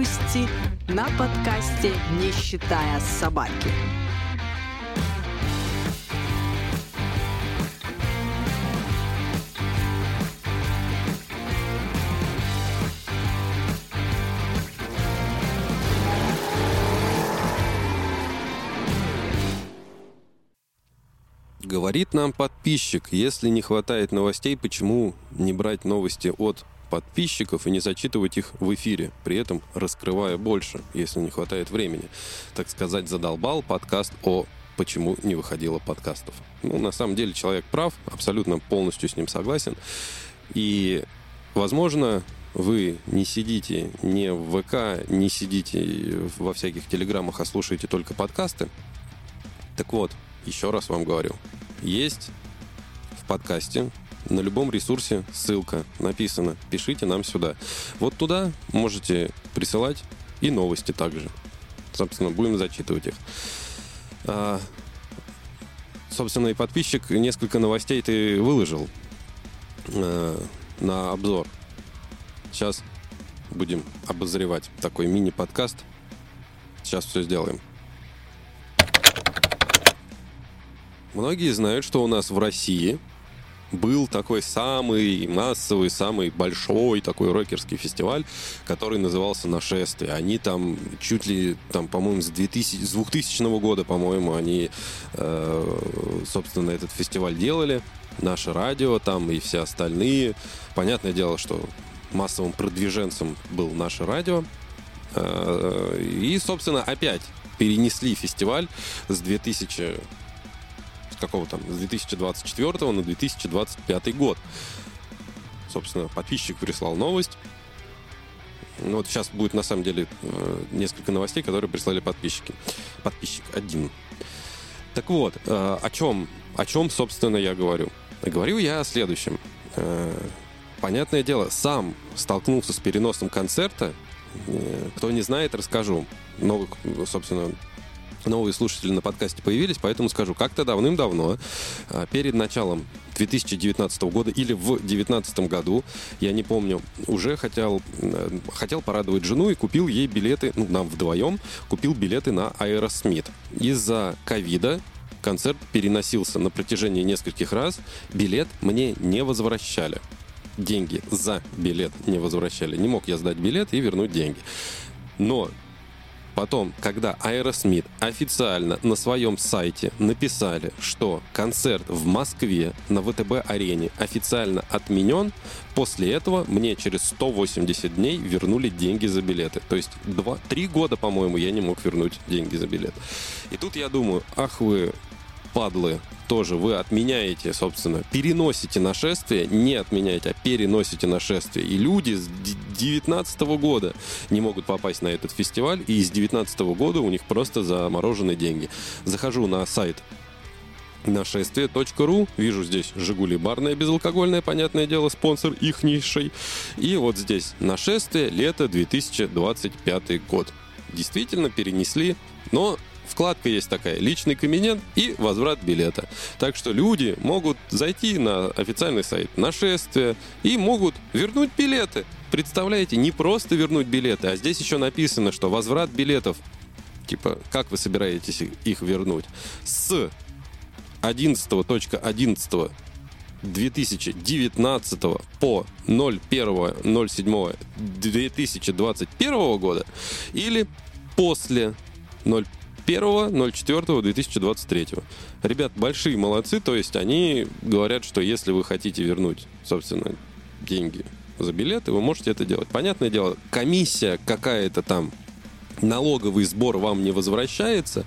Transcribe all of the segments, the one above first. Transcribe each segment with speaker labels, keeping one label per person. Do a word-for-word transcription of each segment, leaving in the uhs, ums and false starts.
Speaker 1: новости на подкасте «Не считая собаки».
Speaker 2: Говорит нам подписчик, если не хватает новостей, почему не брать новости от подписчиков и не зачитывать их в эфире, при этом раскрывая больше, если не хватает времени. Так сказать, задолбал подкаст о «Почему не выходило подкастов». Ну, на самом деле, человек прав, абсолютно полностью с ним согласен. И, возможно, вы не сидите не в ВК, не сидите во всяких телеграммах, а слушаете только подкасты. Так вот, еще раз вам говорю, есть в подкасте на любом ресурсе ссылка написана. Пишите нам сюда. Вот туда можете присылать и новости также. Собственно, будем зачитывать их. А, собственно, и подписчик несколько новостей ты выложил а, на обзор. Сейчас будем обозревать такой мини-подкаст. Сейчас все сделаем. Многие знают, что у нас в России был такой самый массовый, самый большой такой рокерский фестиваль, который назывался «Нашествие». Они там чуть ли, там, по-моему, с двухтысячного года, по-моему, они, э, собственно, этот фестиваль делали. Наше радио там и все остальные. Понятное дело, что массовым продвиженцем был наше радио. Э, и, собственно, опять перенесли фестиваль с двухтысячного какого там, с две тысячи двадцать четвёртого на две тысячи двадцать пятый год. Собственно, подписчик прислал новость. Ну, вот сейчас будет, на самом деле, несколько новостей, которые прислали подписчики. Подписчик один. Так вот, о чем, о чем, собственно, я говорю? Говорю я о следующем. Понятное дело, сам столкнулся с переносом концерта. Кто не знает, расскажу. Новых, собственно, новые слушатели на подкасте появились, поэтому скажу, как-то давным-давно, перед началом две тысячи девятнадцатого года или в две тысячи девятнадцатом году, я не помню, уже хотел, хотел порадовать жену и купил ей билеты, ну, нам вдвоем, купил билеты на Aerosmith. Из-за ковида концерт переносился на протяжении нескольких раз, билет мне не возвращали. Деньги за билет не возвращали. Не мог я сдать билет и вернуть деньги. Но потом, когда Aerosmith официально на своем сайте написали, что концерт в Москве на ВТБ-арене официально отменен, после этого мне через сто восемьдесят дней вернули деньги за билеты. То есть два-три года, по-моему, я не мог вернуть деньги за билет. И тут я думаю, ах вы, падлы, тоже вы отменяете, собственно, переносите нашествие, не отменяете, а переносите нашествие. И люди с девятнадцатого года не могут попасть на этот фестиваль, и с девятнадцатого года у них просто заморожены деньги. Захожу на сайт нашествие точка ру, вижу здесь «Жигули» барная безалкогольная, понятное дело, спонсор ихнейший. И вот здесь «Нашествие, лето, две тысячи двадцать пятый год». Действительно перенесли, но вкладка есть такая: личный кабинет и возврат билета. Так что люди могут зайти на официальный сайт «Нашествия» и могут вернуть билеты. Представляете, не просто вернуть билеты, а здесь еще написано, что возврат билетов, типа, как вы собираетесь их вернуть? С одиннадцатого одиннадцатого две тысячи девятнадцатого по ноль первого седьмого две тысячи двадцать первого года или после ноль первого ноль четвёртого две тысячи двадцать третьего. Ребят, большие молодцы, то есть они говорят, что если вы хотите вернуть, собственно, деньги за билеты, вы можете это делать. Понятное дело, комиссия какая-то там, налоговый сбор вам не возвращается,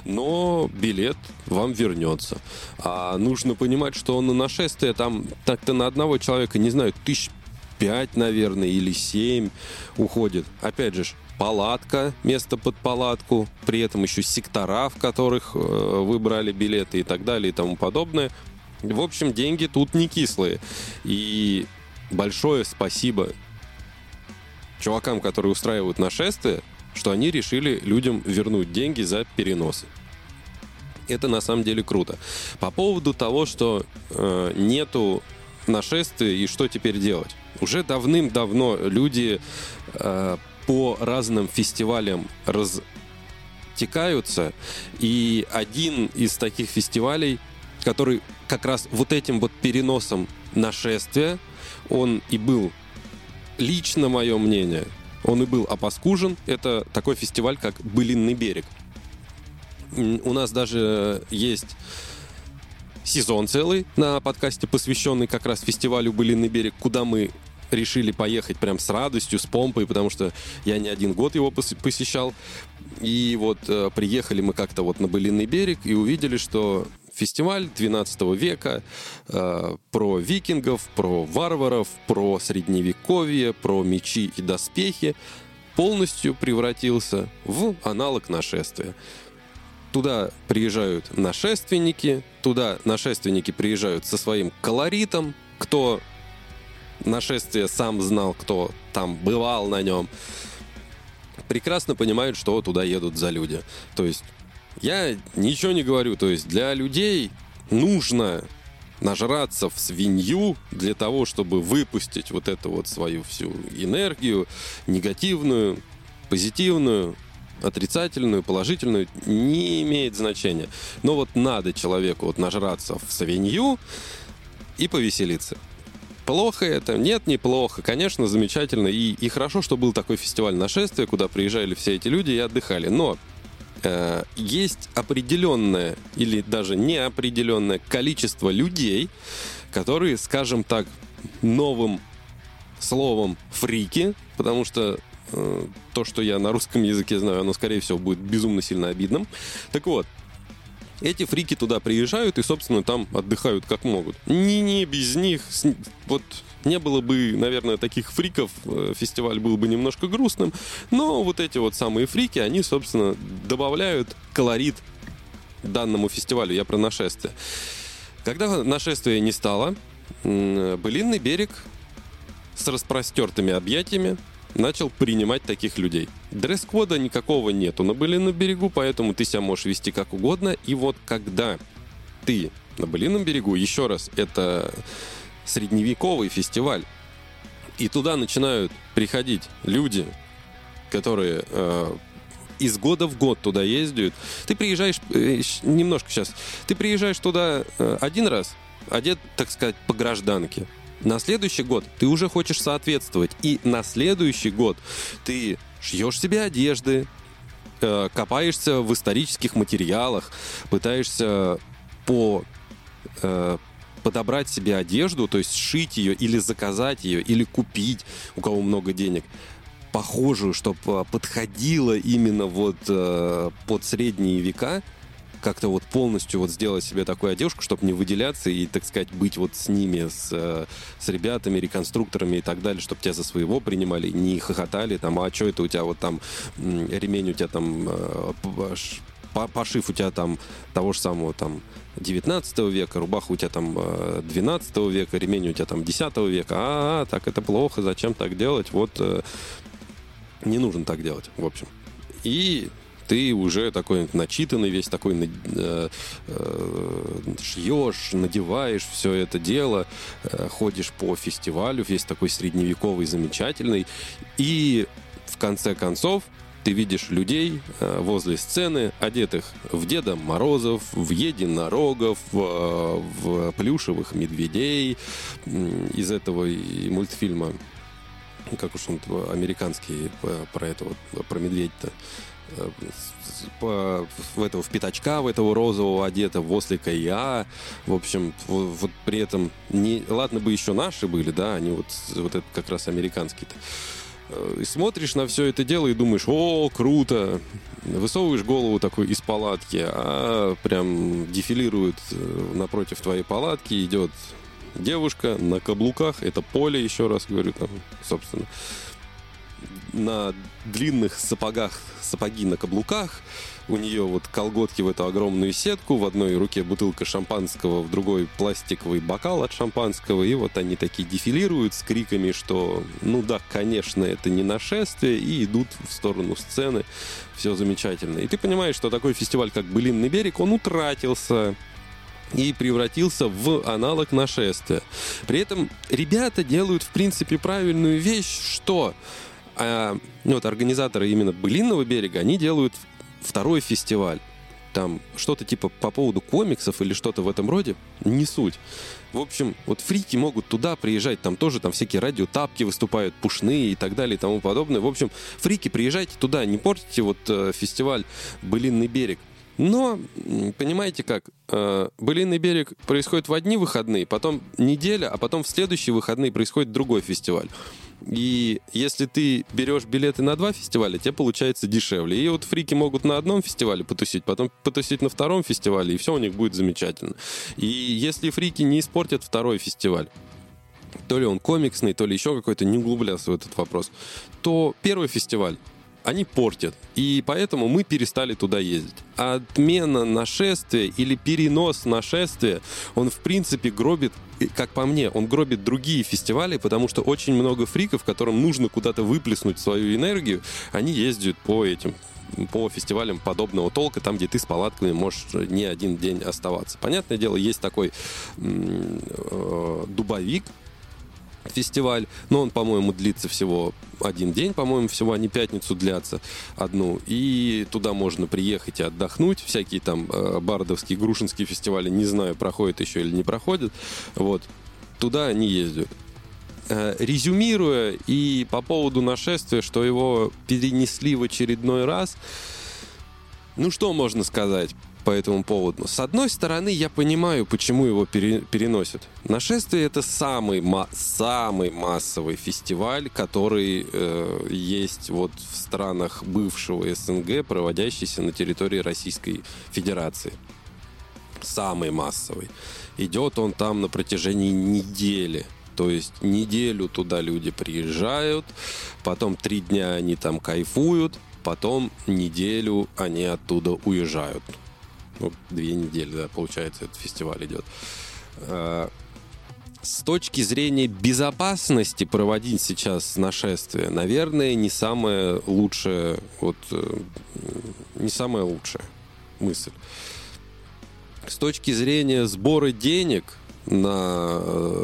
Speaker 2: но билет вам вернется. А нужно понимать, что на нашествие там так-то на одного человека, не знаю, тысяч пять, наверное, или семь уходит. Опять же, палатка, место под палатку, при этом еще сектора, в которых э, вы брали билеты и так далее и тому подобное. В общем, деньги тут не кислые. И большое спасибо чувакам, которые устраивают нашествие, что они решили людям вернуть деньги за переносы. Это на самом деле круто. По поводу того, что э, нету нашествия и что теперь делать. Уже давным-давно люди э, по разным фестивалям растекаются. И один из таких фестивалей, который как раз вот этим вот переносом нашествия, он и был, лично мое мнение, он и был опаскужен. Это такой фестиваль, как «Былинный берег». У нас даже есть сезон целый на подкасте, посвященный как раз фестивалю «Былинный берег», куда мы решили поехать прям с радостью, с помпой, потому что я не один год его посещал. И вот э, приехали мы как-то вот на Былинный берег и увидели, что фестиваль двенадцатого века э, про викингов, про варваров, про средневековье, про мечи и доспехи полностью превратился в аналог нашествия. Туда приезжают нашественники, туда нашественники приезжают со своим колоритом, кто нашествие сам знал, кто там бывал на нем, прекрасно понимают, что туда едут за люди. То есть я ничего не говорю. То есть для людей нужно нажраться в свинью для того, чтобы выпустить вот эту вот свою всю энергию негативную, позитивную, отрицательную, положительную, не имеет значения. Но вот надо человеку вот нажраться в свинью и повеселиться. Плохо это? Нет, неплохо. Конечно, замечательно. И, и хорошо, что был такой фестиваль нашествия, куда приезжали все эти люди и отдыхали. Но э, есть определенное или даже неопределенное количество людей, которые, скажем так, новым словом фрики, потому что э, то, что я на русском языке знаю, оно, скорее всего, будет безумно сильно обидным. Так вот, эти фрики туда приезжают и, собственно, там отдыхают как могут. Не-не, без них вот не было бы, наверное, таких фриков, фестиваль был бы немножко грустным, но вот эти вот самые фрики, они, собственно, добавляют колорит данному фестивалю. Я про нашествие. Когда нашествия не стало, Былинный берег с распростертыми объятиями начал принимать таких людей. Дресс-кода никакого нету на Былинном берегу, поэтому ты себя можешь вести как угодно. И вот когда ты на Былинном берегу, еще раз, это средневековый фестиваль, и туда начинают приходить люди, которые э, из года в год туда ездят. Ты приезжаешь, э, немножко сейчас, ты приезжаешь туда э, один раз, одет, так сказать, по гражданке. На следующий год ты уже хочешь соответствовать. И на следующий год ты шьешь себе одежды, э, копаешься в исторических материалах, пытаешься по, э, подобрать себе одежду, то есть сшить ее или заказать ее, или купить, у кого много денег, похожую, чтобы подходила именно вот э, под средние века, как-то вот полностью вот сделать себе такую одежку, чтобы не выделяться и, так сказать, быть вот с ними, с, с ребятами, реконструкторами и так далее, чтобы тебя за своего принимали, не хохотали, там, а что это у тебя вот там, ремень у тебя там, пошив у тебя там того же самого там девятнадцатого века, рубаха у тебя там двенадцатого века, ремень у тебя там десятого века, а, так это плохо, зачем так делать, вот не нужно так делать, в общем. И ты уже такой начитанный, весь такой э, э, шьешь, надеваешь все это дело, э, ходишь по фестивалю, весь такой средневековый, замечательный. И в конце концов ты видишь людей э, возле сцены, одетых в Деда Морозов, в единорогов, в, в плюшевых медведей э, из этого и мультфильма, как уж он американский, про это вот, про медведя-то. По, в этого в пятачка, в этого розового одета, в ослика я. В общем, вот, вот при этом не, ладно бы еще наши были, да, они вот, вот это как раз американские-то. И смотришь на все это дело и думаешь: о, круто! Высовываешь голову такой из палатки, а прям дефилирует напротив твоей палатки, идет девушка на каблуках, это поле, еще раз говорю, там, собственно, на длинных сапогах, сапоги на каблуках, у нее вот колготки в эту огромную сетку, в одной руке бутылка шампанского, в другой пластиковый бокал от шампанского, и вот они такие дефилируют с криками, что ну да, конечно, это не нашествие, и идут в сторону сцены, все замечательно. И ты понимаешь, что такой фестиваль, как Былинный берег, он утратился и превратился в аналог нашествия. При этом ребята делают, в принципе, правильную вещь, что А ну, вот организаторы именно «Былинного берега», они делают второй фестиваль. Там что-то типа по поводу комиксов или что-то в этом роде, не суть. В общем, вот фрики могут туда приезжать, там тоже там всякие радиотапки выступают, пушные и так далее и тому подобное. В общем, фрики, приезжайте туда, не портите вот э, фестиваль «Былинный берег». Но, понимаете как, э, «Былинный берег» происходит в одни выходные, потом неделя, а потом в следующие выходные происходит другой фестиваль. И если ты берешь билеты на два фестиваля, тебе получается дешевле. И вот фрики могут на одном фестивале потусить, потом потусить на втором фестивале, и все у них будет замечательно. И если фрики не испортят второй фестиваль, то ли он комиксный, то ли еще какой-то, не углублялся в этот вопрос, то первый фестиваль они портят. И поэтому мы перестали туда ездить. Отмена нашествия или перенос нашествия, он, в принципе, гробит, как по мне, он гробит другие фестивали, потому что очень много фриков, которым нужно куда-то выплеснуть свою энергию, они ездят по этим по фестивалям подобного толка, там, где ты с палатками можешь не один день оставаться. Понятное дело, есть такой э, дубовик, фестиваль, но он, по-моему, длится всего один день, по-моему, всего они пятницу длятся одну, и туда можно приехать и отдохнуть. Всякие там э, бардовские, грушинские фестивали, не знаю, проходят еще или не проходят, вот, туда они ездят. Э, резюмируя и по поводу нашествия, что его перенесли в очередной раз, ну, что можно сказать по этому поводу? С одной стороны, я понимаю, почему его пере- переносят. Нашествие — это самый, ма- самый массовый фестиваль, который э, есть вот в странах бывшего СНГ, проводящийся на территории Российской Федерации. Самый массовый. Идет он там на протяжении недели. То есть неделю туда люди приезжают, потом три дня они там кайфуют, потом неделю они оттуда уезжают. Ну, две недели, да, получается, этот фестиваль идет. С точки зрения безопасности проводить сейчас нашествие, наверное, не самая лучшая, вот, не самая лучшая мысль. С точки зрения сбора денег на,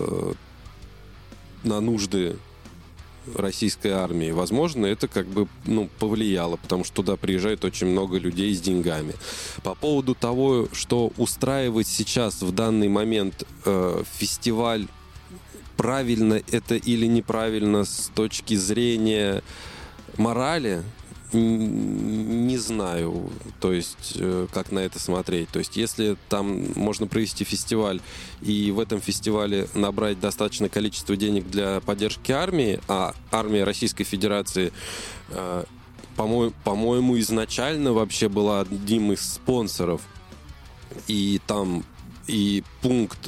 Speaker 2: на нужды российской армии, возможно, это как бы, ну, повлияло, потому что туда приезжает очень много людей с деньгами. По поводу того, что устраивать сейчас в данный момент э, фестиваль, правильно это или неправильно с точки зрения морали, не знаю, то есть как на это смотреть. То есть если там можно провести фестиваль и в этом фестивале набрать достаточное количество денег для поддержки армии, а армия Российской Федерации, по-моему, по-моему, изначально вообще была одним из спонсоров, и там и пункт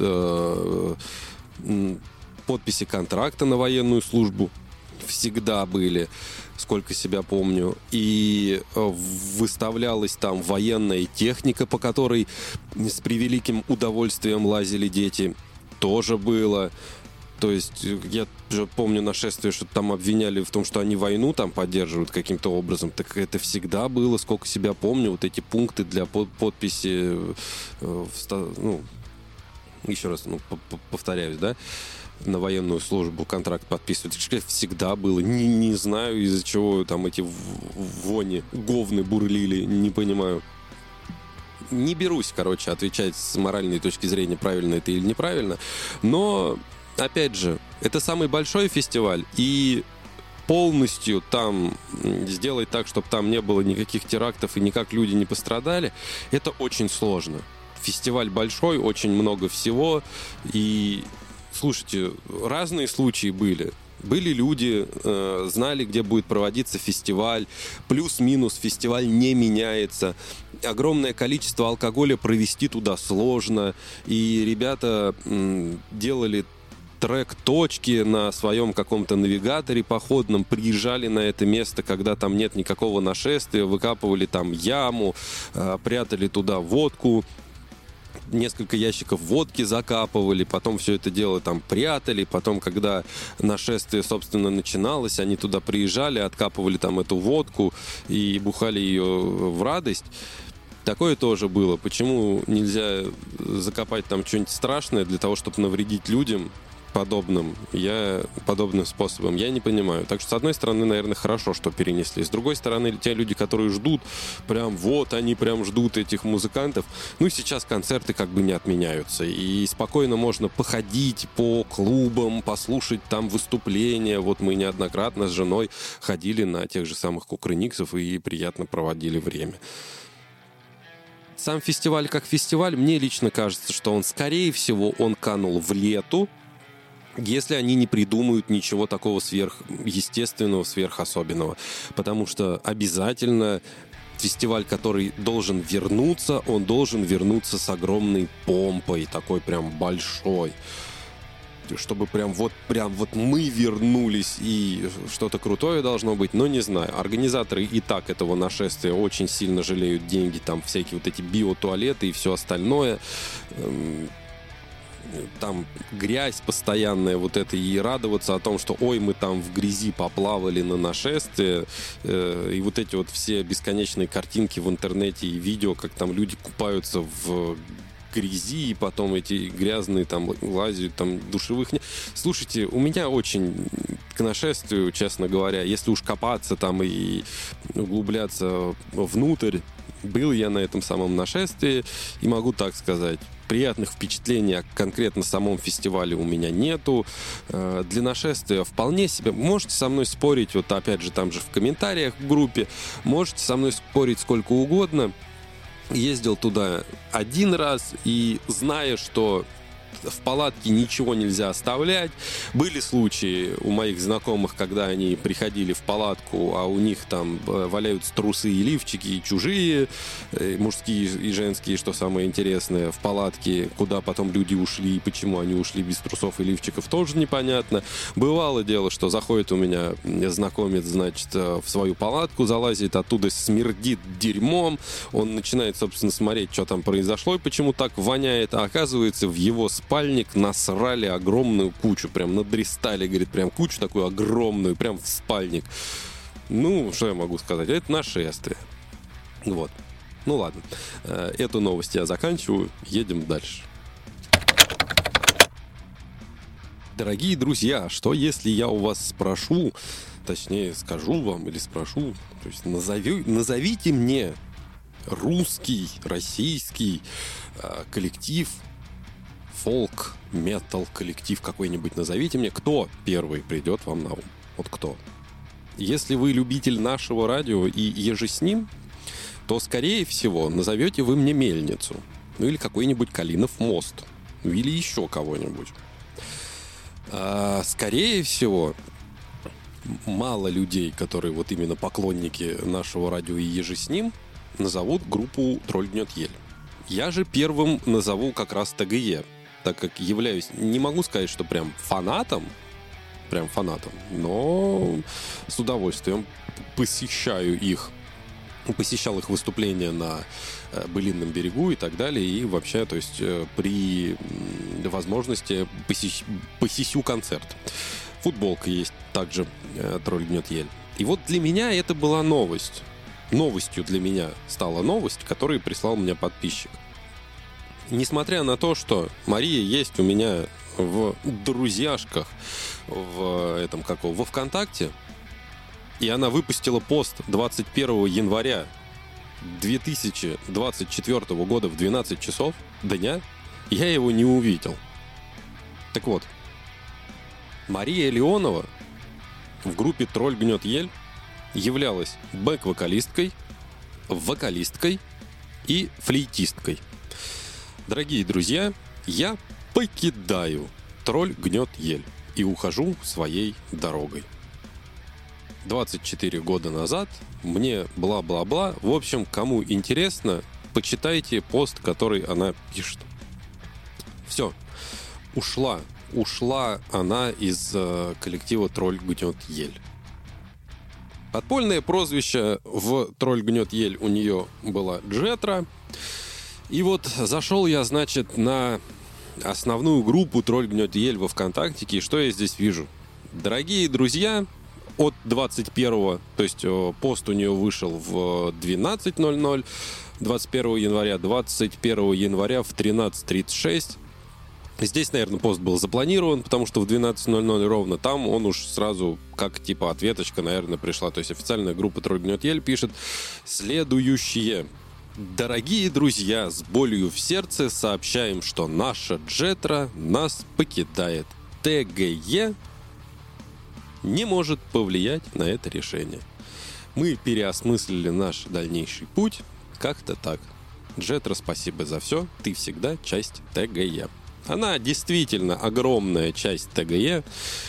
Speaker 2: подписи контракта на военную службу всегда были, сколько себя помню, и выставлялась там военная техника, по которой с превеликим удовольствием лазили дети, тоже было. То есть я же помню нашествие, что там обвиняли в том, что они войну там поддерживают каким-то образом. Так это всегда было, сколько себя помню, вот эти пункты для под- подписи, ну, еще раз, ну, повторяюсь, да, на военную службу контракт подписывать. Всегда было. Не, не знаю, из-за чего там эти вони, говны бурлили, не понимаю. Не берусь, короче, отвечать с моральной точки зрения, правильно это или неправильно. Но, опять же, это самый большой фестиваль, и полностью там сделать так, чтобы там не было никаких терактов и никак люди не пострадали, это очень сложно. Фестиваль большой, очень много всего, и слушайте, разные случаи были. Были люди, э, знали, где будет проводиться фестиваль, плюс-минус фестиваль не меняется. Огромное количество алкоголя провести туда сложно. И ребята м, делали трек-точки на своем каком-то навигаторе походном, приезжали на это место, когда там нет никакого нашествия, выкапывали там яму, э, прятали туда водку, несколько ящиков водки закапывали, потом все это дело там прятали, потом, когда нашествие, собственно, начиналось, они туда приезжали, откапывали там эту водку и бухали ее в радость. Такое тоже было. Почему нельзя закопать там что-нибудь страшное для того, чтобы навредить людям? подобным, я, подобным способом, я не понимаю. Так что, с одной стороны, наверное, хорошо, что перенесли. С другой стороны, те люди, которые ждут, прям вот они прям ждут этих музыкантов, ну, сейчас концерты как бы не отменяются. И спокойно можно походить по клубам, послушать там выступления. Вот мы неоднократно с женой ходили на тех же самых Кукрыниксов и приятно проводили время. Сам фестиваль как фестиваль, мне лично кажется, что он, скорее всего, он канул в лету, если они не придумают ничего такого сверхъестественного, сверхособенного. Потому что обязательно фестиваль, который должен вернуться, он должен вернуться с огромной помпой, такой прям большой. Чтобы прям вот, прям вот мы вернулись, и что-то крутое должно быть, но не знаю. Организаторы и так этого нашествия очень сильно жалеют деньги, там всякие вот эти биотуалеты и все остальное. Там грязь постоянная вот это, и радоваться о том, что ой, мы там в грязи поплавали на нашествие, э, и вот эти вот все бесконечные картинки в интернете и видео, как там люди купаются в грязи, и потом эти грязные там лазят, там душевых нет. Слушайте, у меня очень к нашествию, честно говоря, если уж копаться там и углубляться внутрь, был я на этом самом нашествии, и могу так сказать, приятных впечатлений о конкретно самом фестивале у меня нету. Для нашествия вполне себе. Можете со мной спорить, вот опять же там же в комментариях в группе, можете со мной спорить сколько угодно. Ездил туда один раз, и зная, что в палатке ничего нельзя оставлять. Были случаи у моих знакомых, когда они приходили в палатку, а у них там валяются трусы и лифчики, и чужие, мужские и женские, что самое интересное, в палатке, куда потом люди ушли, и почему они ушли без трусов и лифчиков, тоже непонятно. Бывало дело, что заходит у меня знакомец, значит, в свою палатку, залазит, оттуда смердит дерьмом, он начинает, собственно, смотреть, что там произошло и почему так воняет, а оказывается, в его спальник насрали огромную кучу, прям надрестали, говорит, прям кучу такую огромную, прям в спальник. Ну, что я могу сказать? Это нашествие. Вот. Ну ладно. Эту новость я заканчиваю. Едем дальше. Дорогие друзья, что если я у вас спрошу, точнее скажу вам или спрошу, то есть назови, назовите мне русский, российский э, коллектив, фолк, метал, коллектив какой-нибудь, назовите мне, кто первый придет вам на ум. Вот кто. Если вы любитель нашего радио и еже с ним, то, скорее всего, назовете вы мне Мельницу. Ну или какой-нибудь Калинов мост. Ну или еще кого-нибудь. А, скорее всего, мало людей, которые вот именно поклонники нашего радио и еже с ним, назовут группу «Тролль гнет ель». Я же первым назову как раз ТГЕ, так как являюсь, не могу сказать, что прям фанатом, прям фанатом, но с удовольствием посещаю их, посещал их выступления на Былинном берегу и так далее, и вообще, то есть при возможности посещ... посещу концерт. Футболка есть также «Тролль гнет ель». И вот для меня это была новость. Новостью для меня стала новость, которую прислал мне подписчик. Несмотря на то, что Мария есть у меня в друзьяшках, в этом, как его, во ВКонтакте, и она выпустила пост двадцать первого января две тысячи двадцать четвёртого года в двенадцать часов дня, я его не увидел. Так вот, Мария Леонова в группе «Тролль гнет ель» являлась бэк-вокалисткой, вокалисткой и флейтисткой. Дорогие друзья, я покидаю «Тролль гнет ель» и ухожу своей дорогой. двадцать четыре года назад мне бла-бла-бла. В общем, кому интересно, почитайте пост, который она пишет. Все. Ушла. Ушла она из э, коллектива «Тролль гнет ель». Подпольное прозвище в «Тролль гнет ель» у нее была Джетра. И вот зашел я, значит, на основную группу «Тролль гнет ель» во ВКонтакте, и что я здесь вижу? Дорогие друзья, от двадцать первого, то есть пост у нее вышел в двенадцать ноль ноль, двадцать первого января, двадцать первого января в тринадцать тридцать шесть Здесь, наверное, пост был запланирован, потому что в двенадцать ноль ноль ровно там он уж сразу как типа ответочка, наверное, пришла. То есть официальная группа «Тролль гнет ель» пишет следующее. Дорогие друзья, с болью в сердце сообщаем, что наша Джетра нас покидает. ТГЕ не может повлиять на это решение. Мы переосмыслили наш дальнейший путь. Как-то так. Джетра, спасибо за все. Ты всегда часть ТГЕ. Она действительно огромная часть ТГЕ.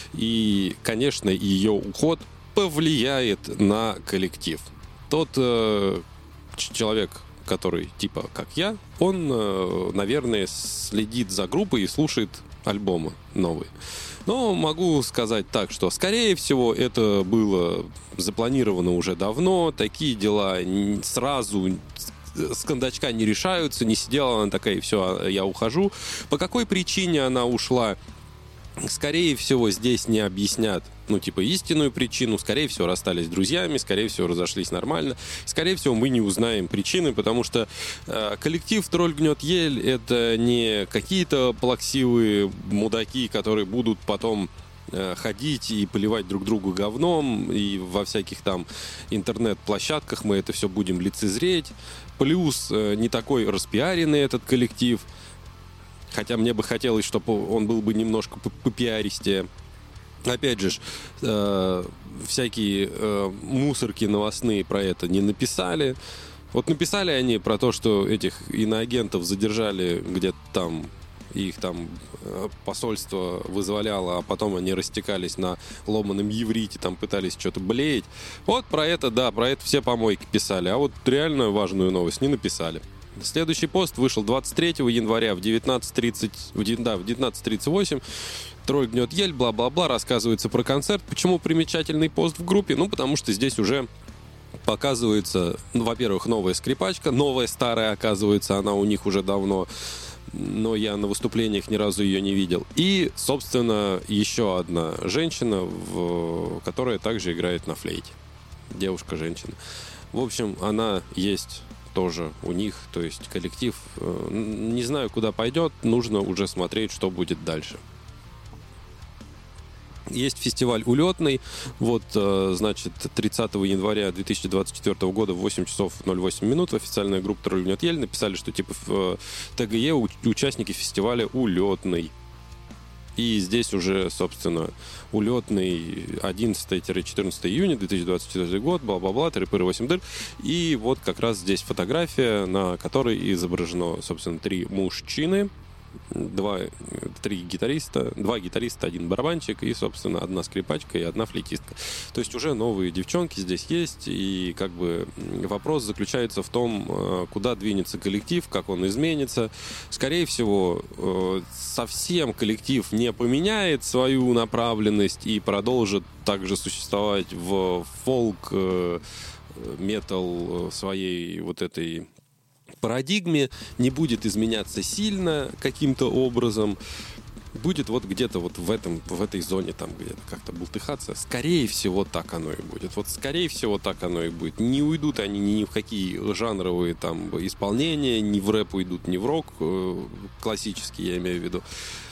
Speaker 2: И, конечно, ее уход повлияет на коллектив. Тот э, человек, который типа как я, он, э, наверное, следит за группой и слушает альбомы новые. Но могу сказать так, что, скорее всего, это было запланировано уже давно. Такие дела сразу с кондачка не решаются. Не сидела она такая, все, я ухожу. По какой причине она ушла? Скорее всего, здесь не объяснят, ну, типа, истинную причину. Скорее всего, расстались с друзьями, скорее всего, разошлись нормально. Скорее всего, мы не узнаем причины, потому что э, коллектив «Тролль гнет ель» — это не какие-то плаксивые мудаки, которые будут потом э, ходить и поливать друг друга говном, и во всяких там интернет-площадках мы это все будем лицезреть. Плюс э, не такой распиаренный этот коллектив. Хотя мне бы хотелось, чтобы он был бы немножко попиаристее. Опять же, э, всякие э, мусорки новостные про это не написали. Вот написали они про то, что этих иноагентов задержали где-то там, и их там э, посольство вызволяло, а потом они растекались на ломаном иврите, там пытались что-то блеять. Вот про это, да, про это все помойки писали. А вот реально важную новость не написали. Следующий пост вышел двадцать третьего января в девятнадцать тридцать, да, в девятнадцать тридцать восемь. «Тролль гнет ель», бла-бла-бла, рассказывается про концерт. Почему примечательный пост в группе? Ну, потому что здесь уже показывается, ну, во-первых, новая скрипачка, новая старая, оказывается, она у них уже давно, но я на выступлениях ни разу ее не видел. И, собственно, еще одна женщина, в... которая также играет на флейте. Девушка-женщина. В общем, она есть тоже у них, то есть коллектив. Не знаю, куда пойдет, нужно уже смотреть, что будет дальше. Есть фестиваль «Улетный». Вот, значит, тридцатого января две тысячи двадцать четвёртого года в восемь часов ноль восемь минут официальная группа «Тролль гнет ель» написали, что типа в ТГЕ участники фестиваля «Улетный». И здесь уже, собственно, «Улетный» одиннадцатого-четырнадцатого июня две тысячи двадцать четвёртый год, бла-бла-бла, трипыры восемь дыр. И вот как раз здесь фотография, на которой изображено, собственно, три мужчины, два, три гитариста, два гитариста, один барабанщик и, собственно, одна скрипачка и одна флейтистка. То есть уже новые девчонки здесь есть, и как бы вопрос заключается в том, куда двинется коллектив, как он изменится. Скорее всего, совсем коллектив не поменяет свою направленность и продолжит также существовать в фолк, метал своей вот этой парадигме, не будет изменяться сильно каким-то образом, будет вот где-то вот в этом, в этой зоне там где-то как-то бултыхаться. Скорее всего, так оно и будет. Вот скорее всего, так оно и будет. Не уйдут они ни в какие жанровые там исполнения, ни в рэп уйдут, ни в рок, классический, я имею в виду,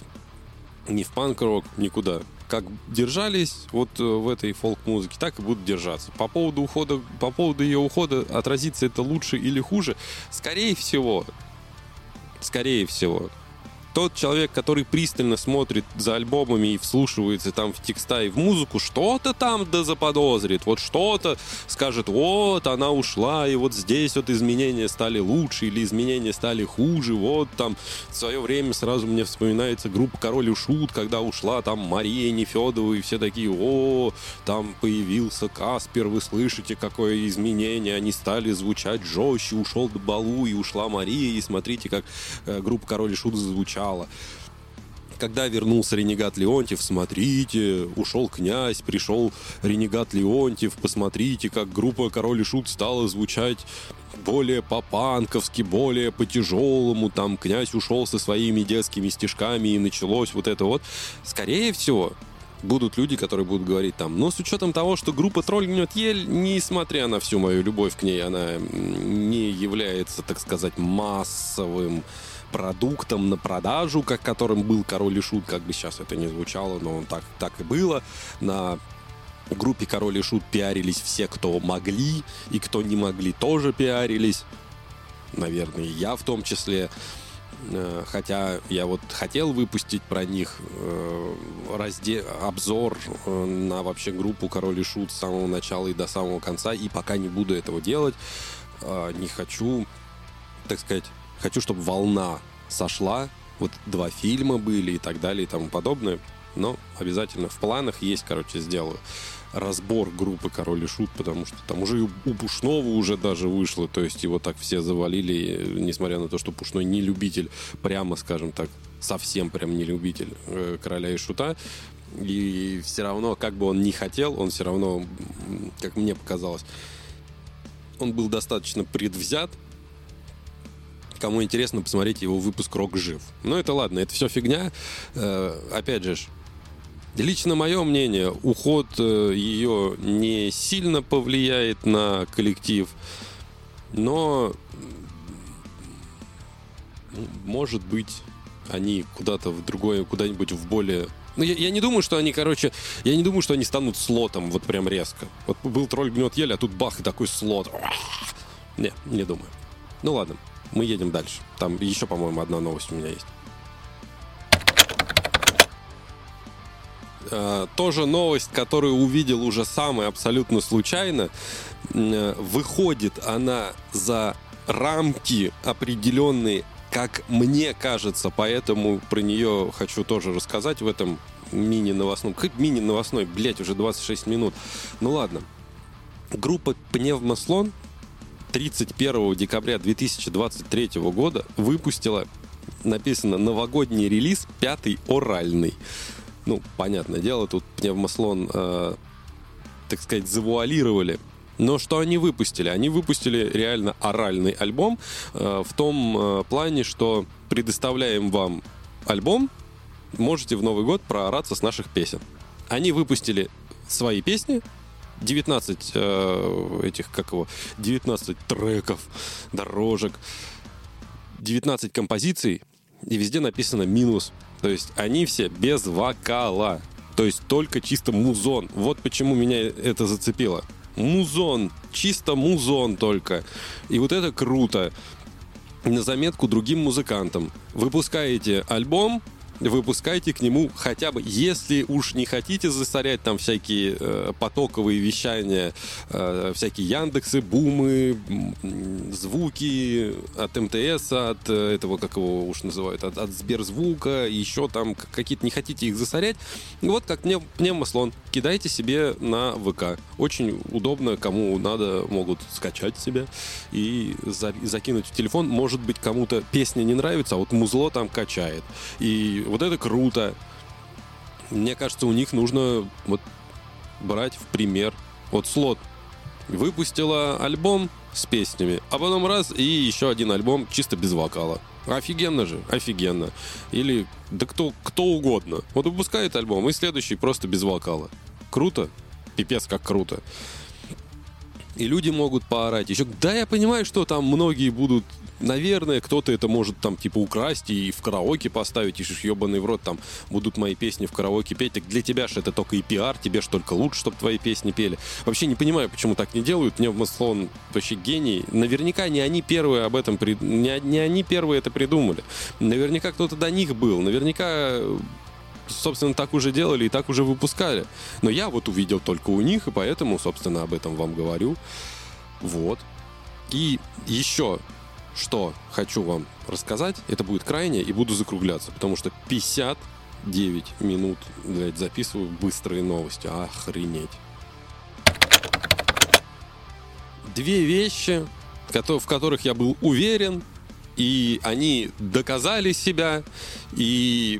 Speaker 2: ни в панк-рок, никуда. Как держались вот в этой фолк-музыке, так и будут держаться. По поводу ухода, по поводу ее ухода, отразится это лучше или хуже? Скорее всего, скорее всего, тот человек, который пристально смотрит за альбомами и вслушивается там в текста и в музыку, что-то там да заподозрит, вот что-то скажет, вот она ушла, и вот здесь вот изменения стали лучше или изменения стали хуже, вот там в свое время сразу мне вспоминается группа «Король и Шут», когда ушла там Мария Нефедова, и все такие, о, там появился Каспер, вы слышите, какое изменение, они стали звучать жестче, ушел Балу и ушла Мария, и смотрите, как э, группа «Король и Шут» зазвучала. Когда вернулся Ренегат Леонтьев, смотрите, ушел князь, пришел Ренегат Леонтьев, посмотрите, как группа «Король и Шут» стала звучать более по-панковски, более по-тяжелому, там князь ушел со своими детскими стишками, и началось вот это вот. Скорее всего, будут люди, которые будут говорить там, но с учетом того, что группа «Тролль гнет ель», несмотря на всю мою любовь к ней, она не является, так сказать, массовым продуктом на продажу, как которым был Король и Шут, как бы сейчас это не звучало, но он так, так и было. На группе Король и Шут пиарились все, кто могли, и кто не могли, тоже пиарились. Наверное, и я в том числе. Хотя я вот хотел выпустить про них разде... обзор на вообще группу Король и Шут с самого начала и до самого конца, и пока не буду этого делать. Не хочу, так сказать, хочу, чтобы волна сошла. Вот два фильма были и так далее и тому подобное. Но обязательно в планах есть, короче, сделаю разбор группы Король и Шут, потому что там уже у Пушного уже даже вышло, то есть его так все завалили, несмотря на то, что Пушной не любитель, прямо скажем так, совсем прям не любитель э, Короля и Шута, и все равно, как бы он ни хотел, он все равно, как мне показалось, он был достаточно предвзят. Кому интересно, посмотрите его выпуск «Рок жив». Но это ладно, это все фигня. Э, опять же, лично мое мнение, уход э, ее не сильно повлияет на коллектив, но, может быть, они куда-то в другое, куда-нибудь в более... Ну, я, я не думаю, что они, короче, я не думаю, что они станут слотом вот прям резко. Вот был «Тролль гнет ель», а тут бах, и такой слот. Не, не думаю. Ну ладно, мы едем дальше. Там еще, по-моему, одна новость у меня есть. Uh, тоже новость, которую увидел уже сам и абсолютно случайно. Uh, выходит она за рамки определенные, как мне кажется, поэтому про нее хочу тоже рассказать в этом мини-новостном. Хоть мини-новостной, блять, уже двадцать шесть минут. Ну ладно. Группа Пневмослон тридцать первого декабря две тысячи двадцать третьего года выпустила, написано, новогодний релиз «Пятый оральный». Ну, понятное дело, тут Пневмослон, э, так сказать, завуалировали. Но что они выпустили? Они выпустили реально оральный альбом э, в том э, плане, что предоставляем вам альбом, можете в Новый год проораться с наших песен. Они выпустили свои песни, девятнадцать э, этих, как его, девятнадцать треков, дорожек, девятнадцать композиций, и везде написано «минус». То есть они все без вокала. То есть только чисто музон. Вот почему меня это зацепило. Музон. Чисто музон только. И вот это круто. На заметку другим музыкантам. Выпускаете альбом, выпускайте к нему хотя бы, если уж не хотите засорять там всякие э, потоковые вещания, э, всякие Яндексы, бумы, звуки от эм тэ эс, от э, этого, как его уж называют, от, от Сберзвука, еще там какие-то, не хотите их засорять, вот как Пневмослон, кидайте себе на ВК. Очень удобно, кому надо, могут скачать себе и за, закинуть в телефон. Может быть, кому-то песня не нравится, а вот музло там качает. И вот это круто. Мне кажется, у них нужно вот брать в пример. Вот Слот выпустила альбом с песнями, а потом раз, и еще один альбом чисто без вокала. Офигенно же, офигенно. Или, да кто, кто угодно. Вот выпускает альбом, и следующий просто без вокала. Круто? Пипец, как круто. И люди могут поорать. Еще, да, я понимаю, что там многие будут... Наверное, кто-то это может там типа украсть и в караоке поставить, и шиш ебаный в рот, там будут мои песни в караоке петь. Так для тебя же это только и пиар, тебе же только лучше, чтобы твои песни пели. Вообще не понимаю, почему так не делают. Пневмослон вообще гений. Наверняка не они первые об этом при... не, не они первые это придумали. Наверняка кто-то до них был. Наверняка, собственно, так уже делали и так уже выпускали. Но я вот увидел только у них, и поэтому, собственно, об этом вам говорю. Вот. И еще... Что хочу вам рассказать, это будет крайне, и буду закругляться, потому что пятьдесят девять минут, блядь, записываю быстрые новости. Охренеть. Две вещи, в которых я был уверен, и они доказали себя, и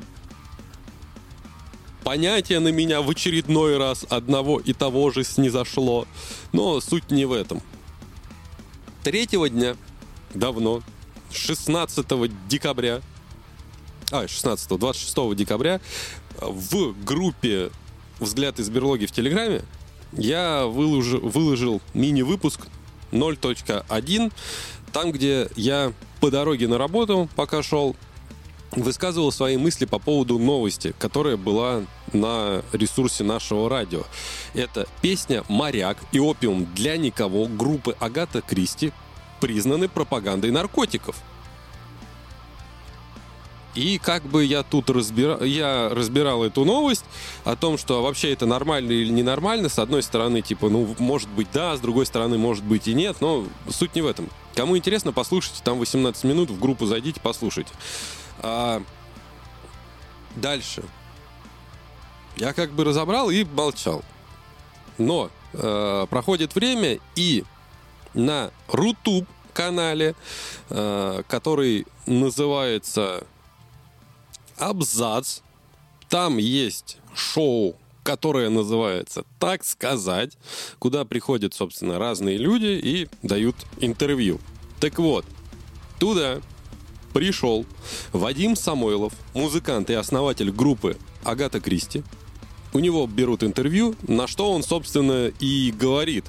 Speaker 2: понятие на меня в очередной раз одного и того же снизошло. Но суть не в этом. Третьего дня давно, шестнадцатого декабря, а, шестнадцатого, двадцать шестого декабря в группе «Взгляд из берлоги» в Телеграме я выложил, выложил мини-выпуск ноль точка один, там, где я по дороге на работу, пока шел, высказывал свои мысли по поводу новости, которая была на ресурсе нашего радио. Это песня «Моряк» и «Опиум для никого» группы Агата Кристи признаны пропагандой наркотиков. И как бы я тут разбира... я разбирал эту новость о том, что вообще это нормально или ненормально. С одной стороны, типа, ну, может быть, да, с другой стороны, может быть и нет, но суть не в этом. Кому интересно, послушайте, там восемнадцать минут, в группу зайдите, послушайте. А дальше. Я как бы разобрал и молчал. Но э, проходит время, и на Рутуб канале, э, который называется «Абзац», там есть шоу, которое называется «Так сказать», куда приходят, собственно, разные люди и дают интервью. Так вот, туда пришел Вадим Самойлов, музыкант и основатель группы Агата Кристи. У него берут интервью, на что он, собственно, и говорит,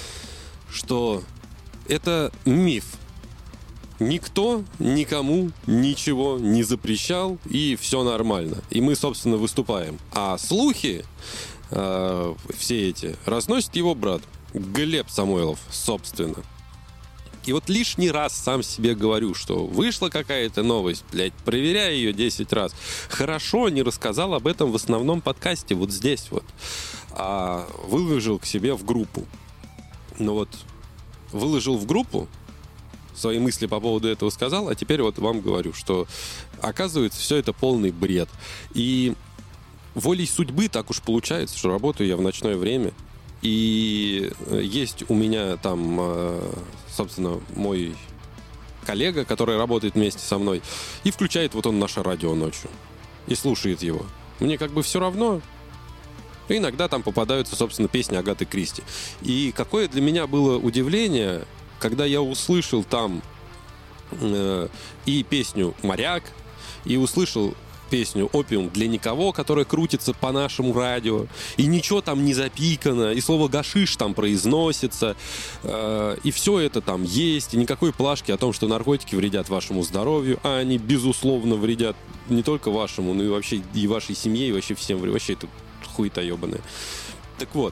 Speaker 2: что это миф. Никто никому ничего не запрещал, и все нормально. И мы, собственно, выступаем. А слухи э, все эти разносит его брат Глеб Самойлов, собственно. И вот лишний раз сам себе говорю, что вышла какая-то новость, блядь, проверяй ее десять раз. Хорошо не рассказал об этом в основном подкасте, вот здесь вот. А выложил к себе в группу. Ну вот, выложил в группу, свои мысли по поводу этого сказал, а теперь вот вам говорю, что оказывается все это полный бред. И волей судьбы так уж получается, что работаю я в ночное время. И есть у меня там, собственно, мой коллега, который работает вместе со мной, и включает вот он наше радио ночью и слушает его. Мне как бы все равно. И иногда там попадаются, собственно, песни Агаты Кристи. И какое для меня было удивление, когда я услышал там э, и песню «Моряк», и услышал песню «Опиум для никого», которая крутится по нашему радио, и ничего там не запикано, и слово «гашиш» там произносится, э, и все это там есть, и никакой плашки о том, что наркотики вредят вашему здоровью, а они, безусловно, вредят не только вашему, но и вообще и вашей семье, и вообще всем, вообще это хуета ебаная. Так вот,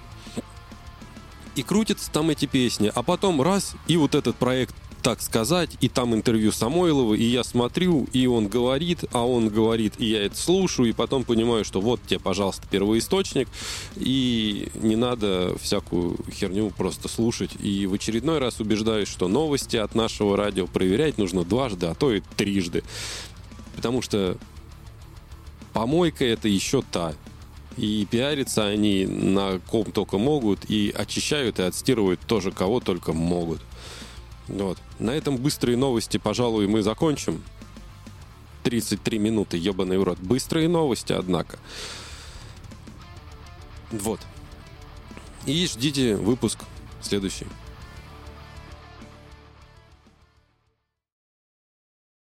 Speaker 2: и крутятся там эти песни, а потом раз, и вот этот проект «Так сказать», и там интервью Самойлова, и я смотрю, и он говорит, а он говорит, и я это слушаю, и потом понимаю, что вот тебе, пожалуйста, первоисточник, и не надо всякую херню просто слушать. И в очередной раз убеждаюсь, что новости от нашего радио проверять нужно дважды, а то и трижды. Потому что помойка — это еще та. И пиарятся они на ком только могут, и очищают и отстирывают тоже кого только могут. Вот. На этом быстрые новости, пожалуй, мы закончим. тридцать три минуты, ебаный в рот. Быстрые новости, однако. Вот. И ждите выпуск следующий.